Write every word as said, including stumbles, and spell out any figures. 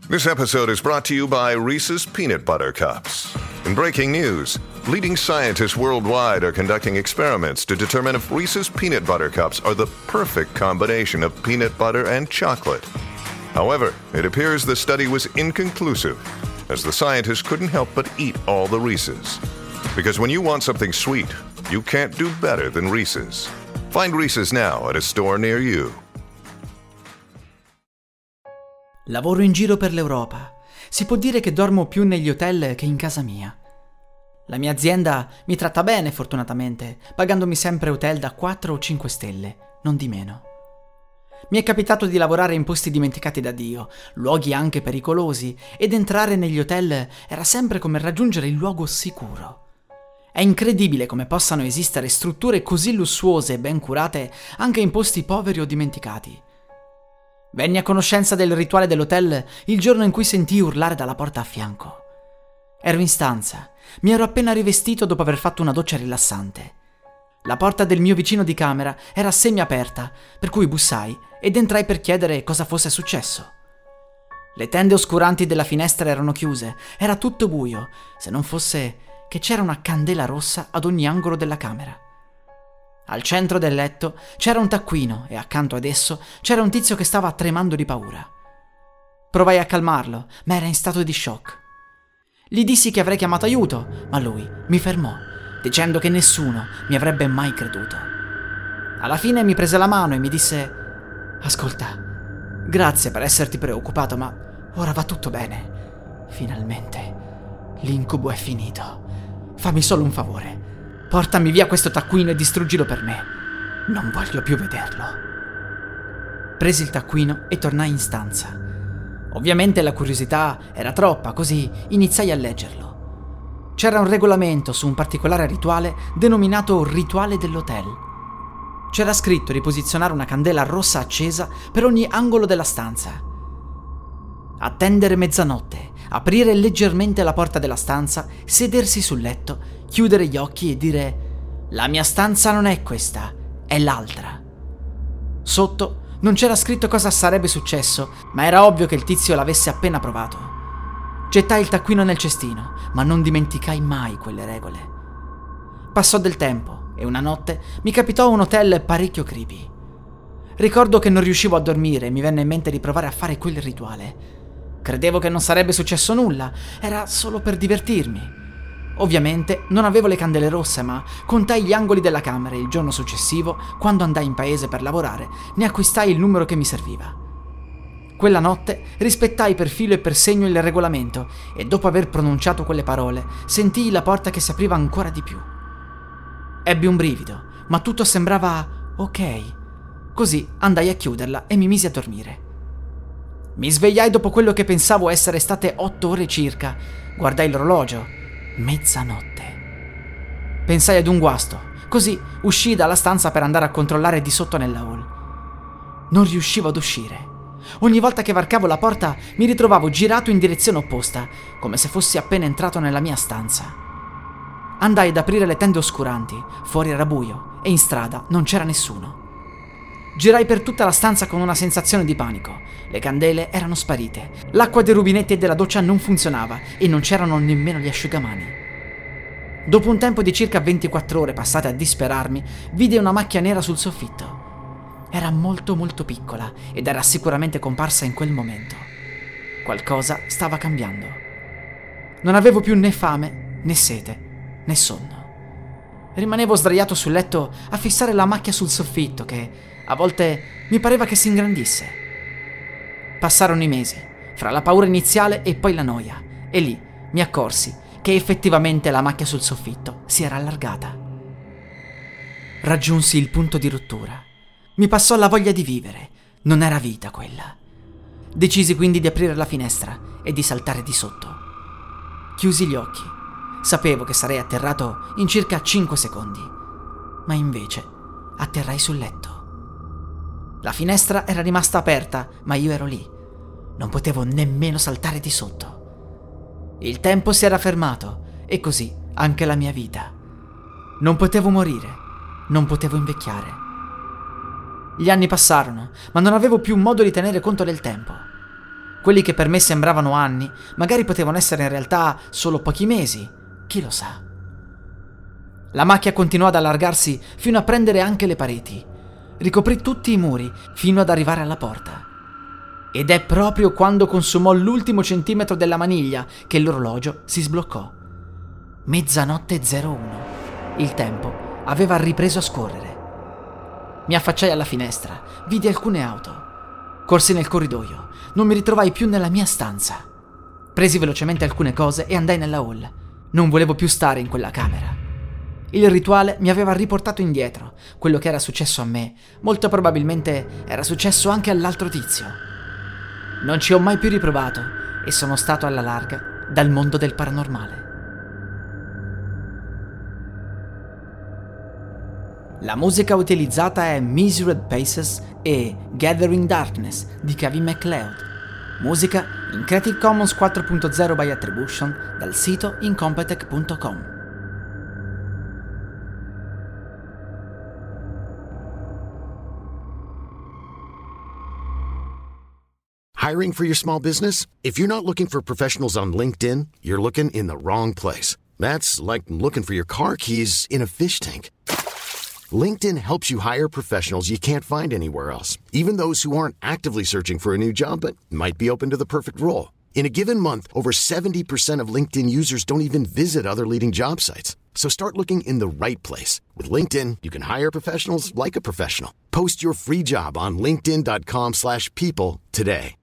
This episode is brought to you by Reese's Peanut Butter Cups. In breaking news, leading scientists worldwide are conducting experiments to determine if Reese's Peanut Butter Cups are the perfect combination of peanut butter and chocolate. However, it appears the study was inconclusive, as the scientists couldn't help but eat all the Reese's. Because when you want something sweet, you can't do better than Reese's. Find Reese's now at a store near you. Lavoro in giro per l'Europa. Si può dire che dormo più negli hotel che in casa mia. La mia azienda mi tratta bene, fortunatamente, pagandomi sempre hotel da quattro o cinque stelle, non di meno. Mi è capitato di lavorare in posti dimenticati da Dio, luoghi anche pericolosi, ed entrare negli hotel era sempre come raggiungere il luogo sicuro. È incredibile come possano esistere strutture così lussuose e ben curate anche in posti poveri o dimenticati. Venni a conoscenza del rituale dell'hotel il giorno in cui sentii urlare dalla porta a fianco. Ero in stanza, mi ero appena rivestito dopo aver fatto una doccia rilassante. La porta del mio vicino di camera era semi-aperta, per cui bussai ed entrai per chiedere cosa fosse successo. Le tende oscuranti della finestra erano chiuse, era tutto buio, se non fosse che c'era una candela rossa ad ogni angolo della camera. Al centro del letto c'era un taccuino e accanto ad esso c'era un tizio che stava tremando di paura. Provai a calmarlo, ma era in stato di shock. Gli dissi che avrei chiamato aiuto, ma lui mi fermò, dicendo che nessuno mi avrebbe mai creduto. Alla fine mi prese la mano e mi disse: «Ascolta, grazie per esserti preoccupato, ma ora va tutto bene. Finalmente, l'incubo è finito. Fammi solo un favore. Portami via questo taccuino e distruggilo per me. Non voglio più vederlo». Presi il taccuino e tornai in stanza. Ovviamente la curiosità era troppa, così iniziai a leggerlo. C'era un regolamento su un particolare rituale denominato rituale dell'hotel. C'era scritto di posizionare una candela rossa accesa per ogni angolo della stanza. Attendere mezzanotte, aprire leggermente la porta della stanza, sedersi sul letto, chiudere gli occhi e dire: «La mia stanza non è questa, è l'altra». Sotto non c'era scritto cosa sarebbe successo, ma era ovvio che il tizio l'avesse appena provato. Gettai il taccuino nel cestino, ma non dimenticai mai quelle regole. Passò del tempo e una notte mi capitò un hotel parecchio creepy. Ricordo che non riuscivo a dormire e mi venne in mente di provare a fare quel rituale. Credevo che non sarebbe successo nulla, era solo per divertirmi. Ovviamente non avevo le candele rosse, ma contai gli angoli della camera e il giorno successivo, quando andai in paese per lavorare, ne acquistai il numero che mi serviva. Quella notte rispettai per filo e per segno il regolamento e dopo aver pronunciato quelle parole sentii la porta che si apriva ancora di più. Ebbi un brivido, ma tutto sembrava ok. Così andai a chiuderla e mi misi a dormire. Mi svegliai dopo quello che pensavo essere state otto ore circa. Guardai l'orologio. Mezzanotte. Pensai ad un guasto, così uscii dalla stanza per andare a controllare di sotto nella hall. Non riuscivo ad uscire. Ogni volta che varcavo la porta mi ritrovavo girato in direzione opposta, come se fossi appena entrato nella mia stanza. Andai ad aprire le tende oscuranti, fuori era buio e in strada non c'era nessuno. Girai per tutta la stanza con una sensazione di panico. Le candele erano sparite, l'acqua dei rubinetti e della doccia non funzionava e non c'erano nemmeno gli asciugamani. Dopo un tempo di circa ventiquattro ore passate a disperarmi, vidi una macchia nera sul soffitto. Era molto molto piccola ed era sicuramente comparsa in quel momento. Qualcosa stava cambiando. Non avevo più né fame, né sete, né sonno. Rimanevo sdraiato sul letto a fissare la macchia sul soffitto che, a volte, mi pareva che si ingrandisse. Passarono i mesi, fra la paura iniziale e poi la noia, e lì mi accorsi che effettivamente la macchia sul soffitto si era allargata. Raggiunsi il punto di rottura. Mi passò la voglia di vivere, non era vita quella. Decisi quindi di aprire la finestra e di saltare di sotto. Chiusi gli occhi. Sapevo che sarei atterrato in circa cinque secondi, ma invece atterrai sul letto. La finestra era rimasta aperta, ma io ero lì. Non potevo nemmeno saltare di sotto. Il tempo si era fermato, e così anche la mia vita. Non potevo morire, non potevo invecchiare. Gli anni passarono, ma non avevo più modo di tenere conto del tempo. Quelli che per me sembravano anni, magari potevano essere in realtà solo pochi mesi, chi lo sa. La macchia continuò ad allargarsi fino a prendere anche le pareti. Ricoprì tutti i muri fino ad arrivare alla porta. Ed è proprio quando consumò l'ultimo centimetro della maniglia che l'orologio si sbloccò. Mezzanotte zero uno. Il tempo aveva ripreso a scorrere. Mi affacciai alla finestra, vidi alcune auto. Corsi nel corridoio, non mi ritrovai più nella mia stanza. Presi velocemente alcune cose e andai nella hall. Non volevo più stare in quella camera. Il rituale mi aveva riportato indietro. Quello che era successo a me, molto probabilmente era successo anche all'altro tizio. Non ci ho mai più riprovato e sono stato alla larga dal mondo del paranormale. La musica utilizzata è Measured Paces e Gathering Darkness di Kevin MacLeod. Musica in Creative Commons quattro punto zero by Attribution dal sito incompetech punto com. Hiring for your small business? If you're not looking for professionals on LinkedIn, you're looking in the wrong place. That's like looking for your car keys in a fish tank. LinkedIn helps you hire professionals you can't find anywhere else, even those who aren't actively searching for a new job but might be open to the perfect role. In a given month, over seventy percent of LinkedIn users don't even visit other leading job sites. So start looking in the right place. With LinkedIn, you can hire professionals like a professional. Post your free job on linkedin dot com slash people today.